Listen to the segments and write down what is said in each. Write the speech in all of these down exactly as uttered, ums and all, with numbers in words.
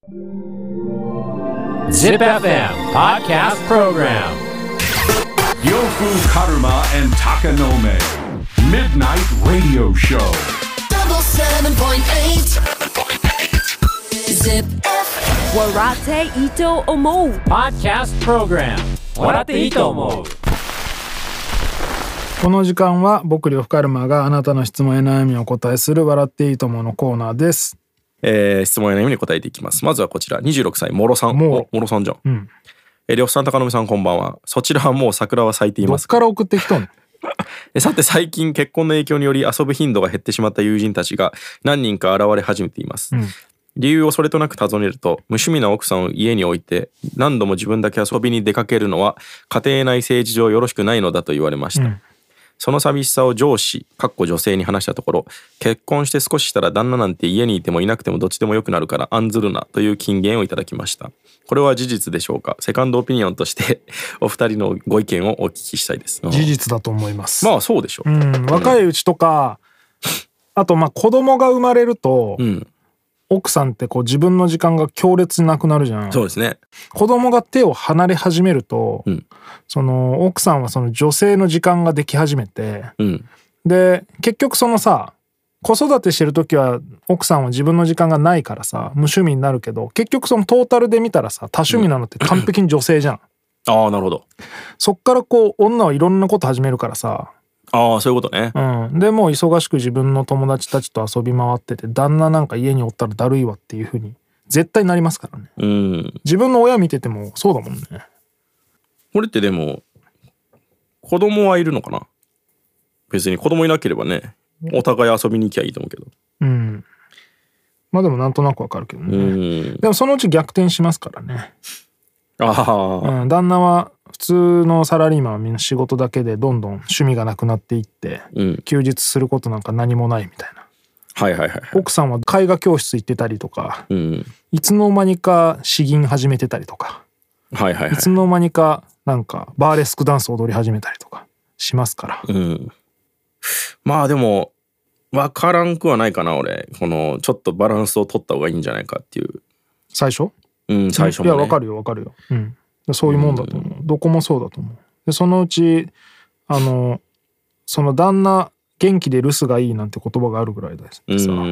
Zip エフエム Podcast Program Yofu Karuma and Takanome Midnight Radio Show Double seven point eight Zip エフ笑っていいと思う Podcast Program 笑っていいと思う。 この時間は僕呂布カルマがあなたの質問や悩みをお答えする笑っていいと思うのコーナーです。 えー、質問や悩みに答えていきます。まずはこちらにじゅうろくさいもろさん。 もろもろさんじゃん、 うん、 えー、呂布さん高野さんこんばんは。そちらはもう桜は咲いていますか？ どっから送ってきとんのさて最近結婚の影響により遊ぶ頻度が減ってしまった友人たちが何人か現れ始めています、うん、理由をそれとなく尋ねると無趣味な奥さんを家に置いて何度も自分だけ遊びに出かけるのは家庭内政治上よろしくないのだと言われました、うん、その寂しさを上司かっこ女性に話したところ、結婚して少ししたら旦那なんて家にいてもいなくてもどっちでもよくなるから案ずるなという金言をいただきました。これは事実でしょうか？セカンドオピニオンとしてお二人のご意見をお聞きしたいです。 事実だと思います。 まあそうでしょう、 うん、若いうちとか、あとまあ子供が生まれると、うん、奥さんってこう自分の時間が強烈になくなるじゃん。 そうですね。 子供が手を離れ始めると、うん、その奥さんはその女性の時間ができ始めて、うん、で結局そのさ子育てしてる時は奥さんは自分の時間がないからさ無趣味になるけど、結局そのトータルで見たらさ多趣味なのって完璧に女性じゃん、 うん、ああなるほど。 そっからこう女はいろんなこと始めるからさ、 ああそういうことね、 うん、でもう忙しく自分の友達たちと遊び回ってて旦那なんか家におったらだるいわっていう風に絶対なりますからね、うん、自分の親見ててもそうだもんね。 これってでも子供はいるのかな？別に子供いなければねお互い遊びに行きゃいいと思うけど、 うん、まあでもなんとなくわかるけどね、うん、でもそのうち逆転しますからね。ああ、うん、旦那は普通のサラリーマンはみんな仕事だけでどんどん趣味がなくなっていって、うん、休日することなんか何もないみたいな。 はいはいはい、 奥さんは絵画教室行ってたりとか、うん、いつの間にか詩吟始めてたりとか、はいはいはい、いつの間にかなんかバーレスクダンス踊り始めたりとかしますから、うん、 まあでも分からんくはないかな。俺このちょっとバランスを取った方がいいんじゃないかっていう。 最初？ うん最初もね。 いや分かるよ分かるよ、うん、そういうもんだと思う、うん、どこもそうだと思う。でそのうちあのその旦那元気で留守がいいなんて言葉があるぐらいですさ、うん、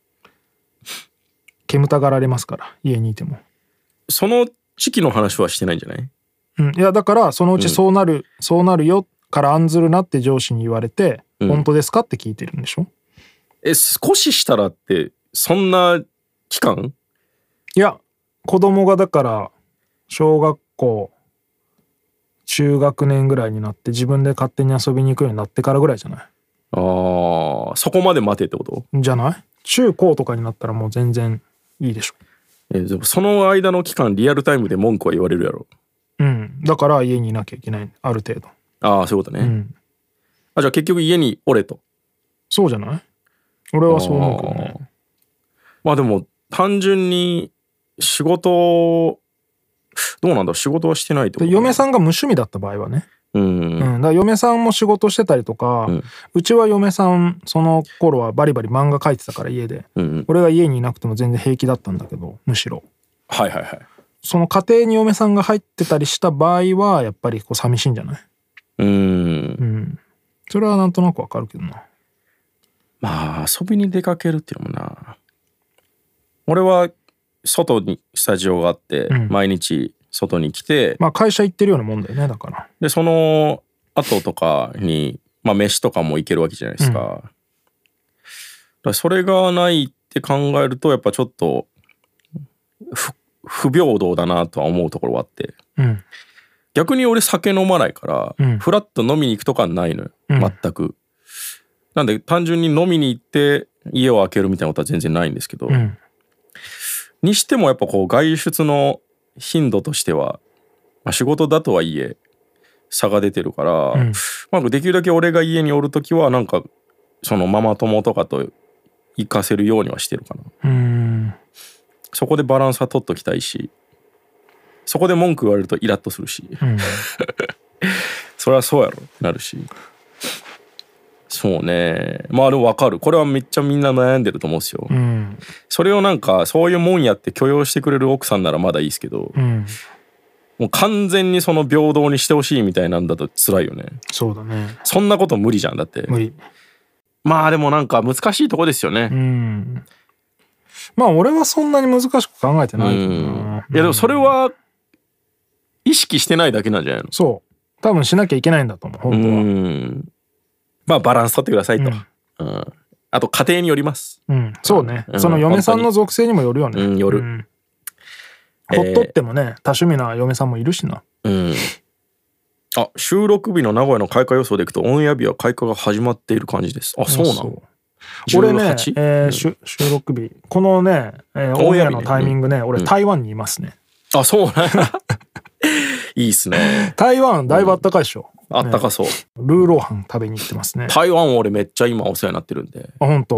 煙たがられますから家にいても。 その時期の話はしてないんじゃない？ うん、いやだからそのうちそうなる、うん、そうなるよから案ずるなって上司に言われて、うん、本当ですかって聞いてるんでしょ。 え少ししたらってそんな期間？ いや子供がだから小学校中学年ぐらいになって自分で勝手に遊びに行くようになってからぐらいじゃない？ あーそこまで待てってことじゃない？中高とかになったらもう全然いいでしょ。 えでもその間の期間リアルタイムで文句は言われるやろ。 うんだから家にいなきゃいけないある程度。 ああそういうことね、うん、あじゃあ結局家におれと。 そうじゃない？俺はそう思うけどね。 あまあでも単純に仕事どうなんだ仕事はしてないってこと、ね、 嫁さんが無趣味だった場合はね、うん、うん、だから嫁さんも仕事してたりとか、うん、うちは嫁さんその頃はバリバリ漫画描いてたから家で、うんうん、俺が家にいなくても全然平気だったんだけどむしろはいはいはいその家庭に嫁さんが入ってたりした場合はやっぱりこう寂しいんじゃない？うん、うん、それはなんとなくわかるけどな。 まあ遊びに出かけるっていうのもな、俺は外にスタジオがあって、うん、毎日外に来てまあ会社行ってるようなもんだよね。だからでその後とかにまあ飯とかも行けるわけじゃないですか、うん、だからそれがないって考えるとやっぱちょっと不不平等だなとは思うところはあって、うん、逆に俺酒飲まないから、うん、フラッと飲みに行くとかはないのよ、うん、全く。なんで単純に飲みに行って家を開けるみたいなことは全然ないんですけど、うん、にしてもやっぱこう外出の頻度としては、まあ、仕事だとはいえ差が出てるから、うんまあ、できるだけ俺が家におるときはなんかそのママ友とかと行かせるようにはしてるかな。うーんそこでバランスは取っときたいし、そこで文句言われるとイラッとするし、うん、それはそうやろなるし、そそうね。まあでも分かる。これはめっちゃみんな悩んでると思うんですよ、 うん、 それをなんかそういうもんやって許容してくれる奥さんならまだいいですけど、うん、もう完全にその平等にしてほしいみたいなんだと辛いよね。 そうだね。 そんなこと無理じゃん。だって無理。 まあでもなんか難しいとこですよね。うん、 まあ俺はそんなに難しく考えてないけどな、うん、 いやでもそれは意識してないだけなんじゃないの。 そう多分しなきゃいけないんだと思う本当は。うんまあバランス取ってくださいと、うんうん、あと家庭によります、 うん、そうね、うん、その嫁さんの属性にもよるよね、 うん、よる、うん、 ほっとってもね、えー、多趣味な嫁さんもいるしな、 うん、あ収録日の名古屋の開花予想でいくとオンエア日は開花が始まっている感じです。あそうなの。 俺ね、えー、収録日このね、えー、オンエアのタイミングね、うん、俺台湾にいますね、 うん、あそうなんやいいっすね。 台湾だいぶあったかいでしょ、 うん、あったかそう、ね、 ルーローハン食べに行ってますね。 台湾俺めっちゃ今お世話になってるんで。 あ本当、 うん、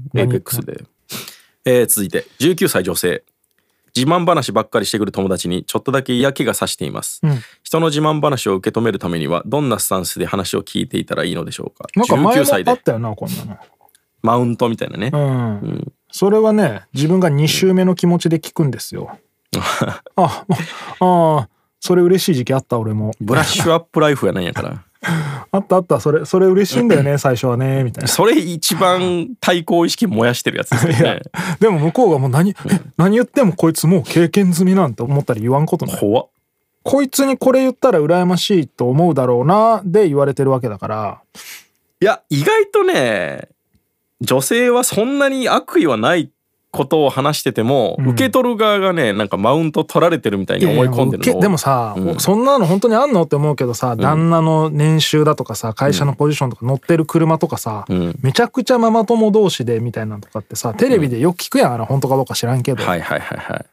エイペックスで、えー、続いてじゅうきゅうさい女性。自慢話ばっかりしてくる友達にちょっとだけ嫌気がさしています、うん、人の自慢話を受け止めるためにはどんなスタンスで話を聞いていたらいいのでしょうか。 なんか前もあったよなこんなのマウントみたいなね、うんうん、それはね自分がに週目の気持ちで聞くんですよああそれ嬉しい時期あった。俺もブラッシュアップライフやないんやからあったあった。それそれ嬉しいんだよね最初はねみたいな。 それ一番対抗意識燃やしてるやつですよねでも向こうがもう何、うん、何言ってもこいつもう経験済みなんて思ったら言わんことない。 怖っ。 こいつにこれ言ったら羨ましいと思うだろうなで言われてるわけだから。 いや意外とね女性はそんなに悪意はないことを話してても、うん、受け取る側がねなんかマウント取られてるみたいに思い込んでるの。いやいやでもさ、うん、そんなの本当にあんのって思うけどさ、うん、旦那の年収だとかさ会社のポジションとか乗ってる車とかさ、うん、めちゃくちゃママ友同士でみたいなのとかってさテレビでよく聞くやん。あれ本当かどうか知らんけど、 はいはいはいはい、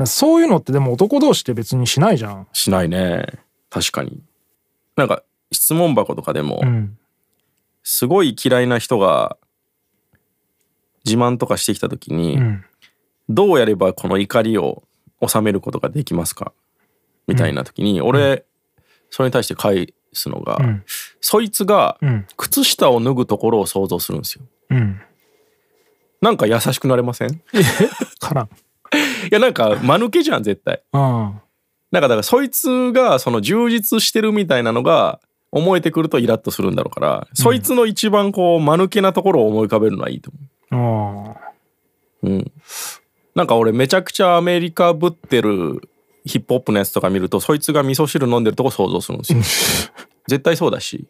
そういうのってでも男同士って別にしないじゃん。 しないね確かに。なんか質問箱とかでも、うん、すごい嫌いな人が自慢とかしてきた時に、うん、どうやればこの怒りを収めることができますかみたいな時に、うん、俺それに対して返すのが、うん、そいつが靴下を脱ぐところを想像するんですよ、うん、なんか優しくなれませんからんいやなんか間抜けじゃん絶対、うん、なんかだからそいつがその充実してるみたいなのが思えてくるとイラッとするんだろうから、うん、そいつの一番こう間抜けなところを思い浮かべるのはいいと思う。うん、なんか俺めちゃくちゃアメリカぶってるヒップホップのやつとか見るとそいつが味噌汁飲んでるとこ想像するんですよ絶対そうだし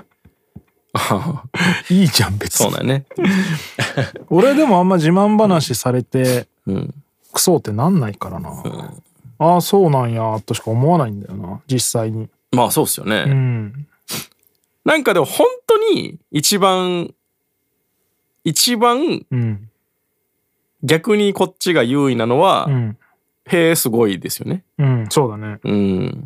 いいじゃん別に。 そうだね俺でもあんま自慢話されて、うん、クソってなんないからな、うん、ああそうなんやとしか思わないんだよな実際に。 まあそうっすよね、うん、なんかでも本当に一番一番、うん、逆にこっちが優位なのは、うん、へえすごいですよね。 うん、そうだね。 うん、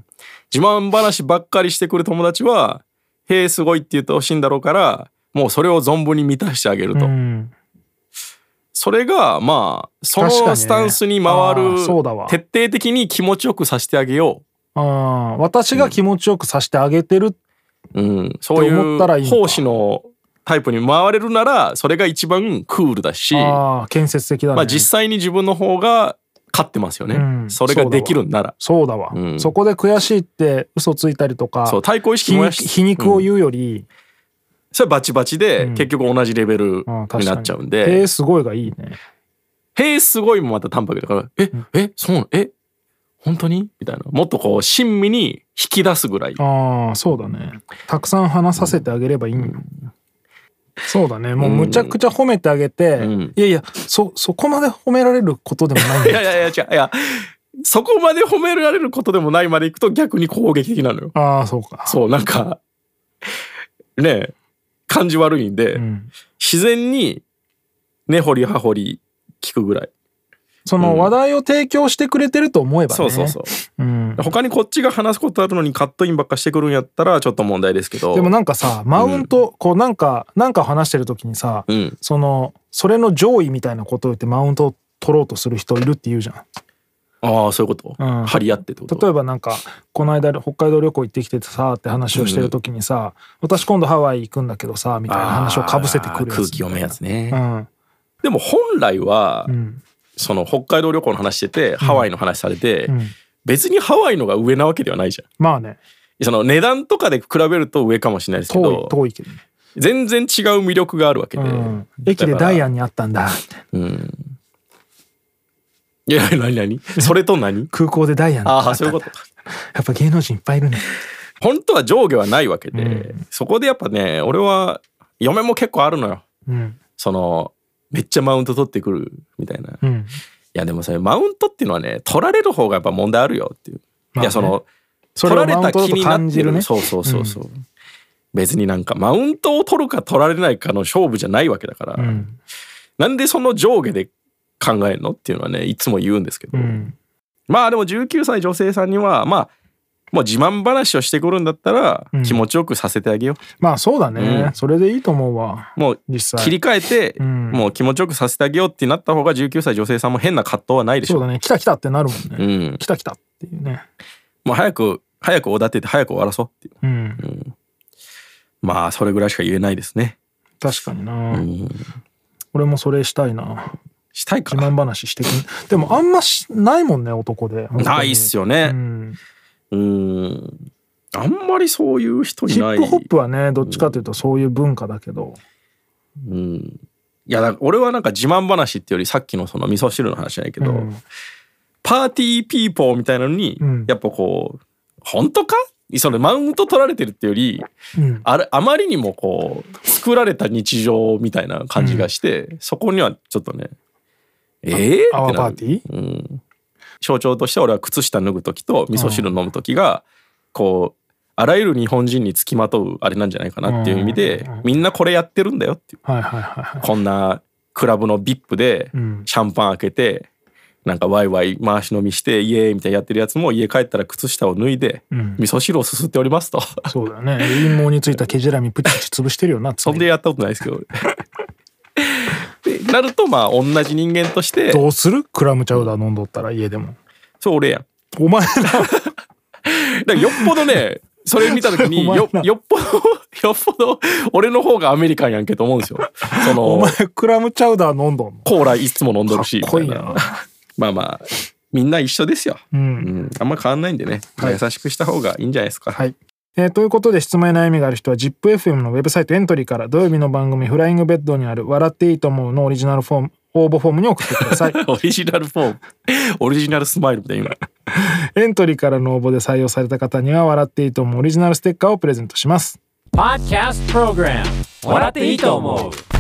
自慢話ばっかりしてくる友達はへえすごいって言ってほしいんだろうからもうそれを存分に満たしてあげると、うん、それがまあそのスタンスに回る、ね、徹底的に気持ちよくさせてあげよう。 あ私が気持ちよくさせてあげてる、 うん、そういう奉仕のタイプに回れるならそれが一番クールだし、 あ建設的だね。 まあ実際に自分の方が勝ってますよね、うん、それができるんなら。 そうだわ、そうだわ、うん、そこで悔しいって嘘ついたりとか、 そう対抗意識燃やし皮肉を言うより、うん、 それバチバチで結局同じレベルになっちゃうんで、 うん、へえすごいがいいね。 へえすごいもまた淡白だからえ、うん、えそうえ本当にみたいなもっとこう親身に引き出すぐらい。 ああそうだね。たくさん話させてあげればいいんよ、うんそうだね。もうむちゃくちゃ褒めてあげて、うん、いやいやそそこまで褒められることでもないんだいやいやいや違ういやそこまで褒められることでもないまでいくと逆に攻撃的なのよ。 ああそうか。 そうなんかねえ感じ悪いんで、うん、自然に根掘り葉掘り聞くぐらい。 その話題を提供してくれてると思えばね、 うん、そうそうそう、うん、他にこっちが話すことあるのにカットインばっかしてくるんやったらちょっと問題ですけど。 でもなんかさマウント、うん、こうなんかなんか話してる時にさ、うん、そのそれの上位みたいなことを言ってマウントを取ろうとする人いるって言うじゃん。 ああそういうこと、うん、張り合ってってこと。 例えばなんかこの間北海道旅行行ってきててさって話をしてる時にさ、うん、私今度ハワイ行くんだけどさみたいな話をかぶせてくるやつ、 空気読めやつね、うん、でも本来は、うん、その北海道旅行の話してて、うん、ハワイの話されて、うん、別にハワイのが上なわけではないじゃん。 まあね、その値段とかで比べると上かもしれないですけど、 遠い遠いけどね、 全然違う魅力があるわけで、うん、 駅でダイアンにあったんだ、 うん、いや何何それと何空港でダイアンにあったんだ。 ああそういうこと。 やっぱ芸能人いっぱいいるね。 本当は上下はないわけで、うん、そこでやっぱね俺は嫁も結構あるのよ、うん、そのめっちゃマウント取ってくるみたいな、うん、いやでもそれマウントっていうのはね取られる方がやっぱ問題あるよっていう、まあね、いやその取られた気になってる、ね、そうそうそうそう、うん、別になんかマウントを取るか取られないかの勝負じゃないわけだから、うん、なんでその上下で考えるのっていうのはねいつも言うんですけど、うん、まあでもじゅうきゅうさい女性さんにはまあもう自慢話をしてくるんだったら気持ちよくさせてあげよう、うん、 まあそうだね、うん、それでいいと思うわ。 もう切り替えて、うん、もう気持ちよくさせてあげようってなった方がじゅうきゅうさい女性さんも変な葛藤はないでしょ。 そうだね、来た来たってなるもんね、うん、来た来たっていうね。 もう早く早くおだてて早く終わらそうっていう、うんうん、まあそれぐらいしか言えないですね。 確かにな、うん、俺もそれしたいな。 したいか。 自慢話してくんでもあんましないもんね男で。 ないっすよね。うんうんあんまりそういう人いない。 ヒップホップはねどっちかというとそういう文化だけど、 うん、いやだ俺はなんか自慢話っていうよりさっきのその味噌汁の話じゃないけど、うん、パーティーピーポーみたいなのに、うん、やっぱこう本当かそのマウント取られてるっていうより、うん、あれあまりにもこう作られた日常みたいな感じがして、うん、そこにはちょっとねえー、ってなる。アワーパーティー、うん、象徴として俺は靴下脱ぐ時と味噌汁飲む時がこうあらゆる日本人につきまとうあれなんじゃないかなっていう意味で、みんなこれやってるんだよっていう、はいはいはいはい、こんなクラブの ブイアイピー でシャンパン開けてなんかワイワイ回し飲みしてイエーイみたいなやってるやつも家帰ったら靴下を脱いで味噌汁をすすっておりますと、 うん、そうだね。陰謀についた毛じらみプチプチ潰してるよな。 そんでやったことないですけどってなるとまあ同じ人間としてどうする？クラムチャウダー飲んどったら家でも。 そう俺やん。 お前らだからよっぽどねそれ見た時に よ, よっぽどよっぽど俺の方がアメリカンやんけと思うんですよ。そのお前クラムチャウダー飲んどんの？ コーラいつも飲んどるしかっこいいな。 まあまあみんな一緒ですよ、うんうん、あんま変わんないんでね、はい、優しくした方がいいんじゃないですか。 はい、えー、ということで質問や悩みがある人は ジップエフエム のウェブサイトエントリーから土曜日の番組フライングベッドにある笑っていいと思うのオリジナルフォーム応募フォームに送ってください。 オリジナルフォームオリジナルスマイルみたいなエントリーからの応募で採用された方には笑っていいと思うオリジナルステッカーをプレゼントします。 Podcast Program 笑っていいと思う